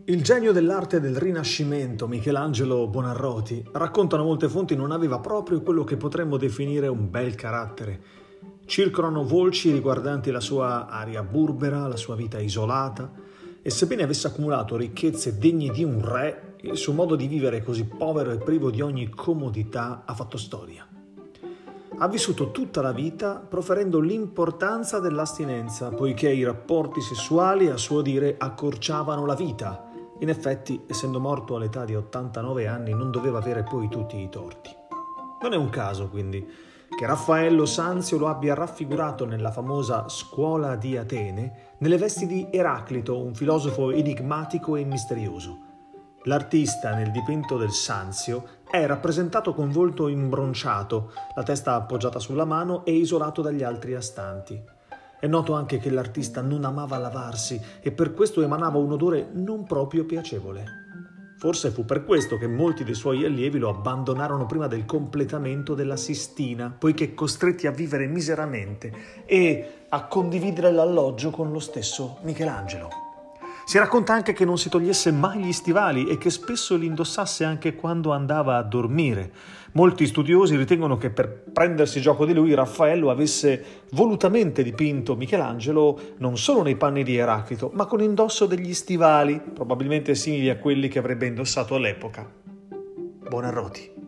Il genio dell'arte del Rinascimento, Michelangelo Buonarroti, raccontano molte fonti, non aveva proprio quello che potremmo definire un bel carattere. Circolano voci riguardanti la sua aria burbera, la sua vita isolata, e sebbene avesse accumulato ricchezze degne di un re, il suo modo di vivere così povero e privo di ogni comodità ha fatto storia. Ha vissuto tutta la vita proferendo l'importanza dell'astinenza, poiché i rapporti sessuali, a suo dire, accorciavano la vita. In effetti, essendo morto all'età di 89 anni, non doveva avere poi tutti i torti. Non è un caso, quindi, che Raffaello Sanzio lo abbia raffigurato nella famosa Scuola di Atene nelle vesti di Eraclito, un filosofo enigmatico e misterioso. L'artista, nel dipinto del Sanzio, è rappresentato con volto imbronciato, la testa appoggiata sulla mano e isolato dagli altri astanti. È noto anche che l'artista non amava lavarsi e per questo emanava un odore non proprio piacevole. Forse fu per questo che molti dei suoi allievi lo abbandonarono prima del completamento della Sistina, poiché costretti a vivere miseramente e a condividere l'alloggio con lo stesso Michelangelo. Si racconta anche che non si togliesse mai gli stivali e che spesso li indossasse anche quando andava a dormire. Molti studiosi ritengono che per prendersi gioco di lui Raffaello avesse volutamente dipinto Michelangelo non solo nei panni di Eraclito, ma con indosso degli stivali, probabilmente simili a quelli che avrebbe indossato all'epoca Buonarroti.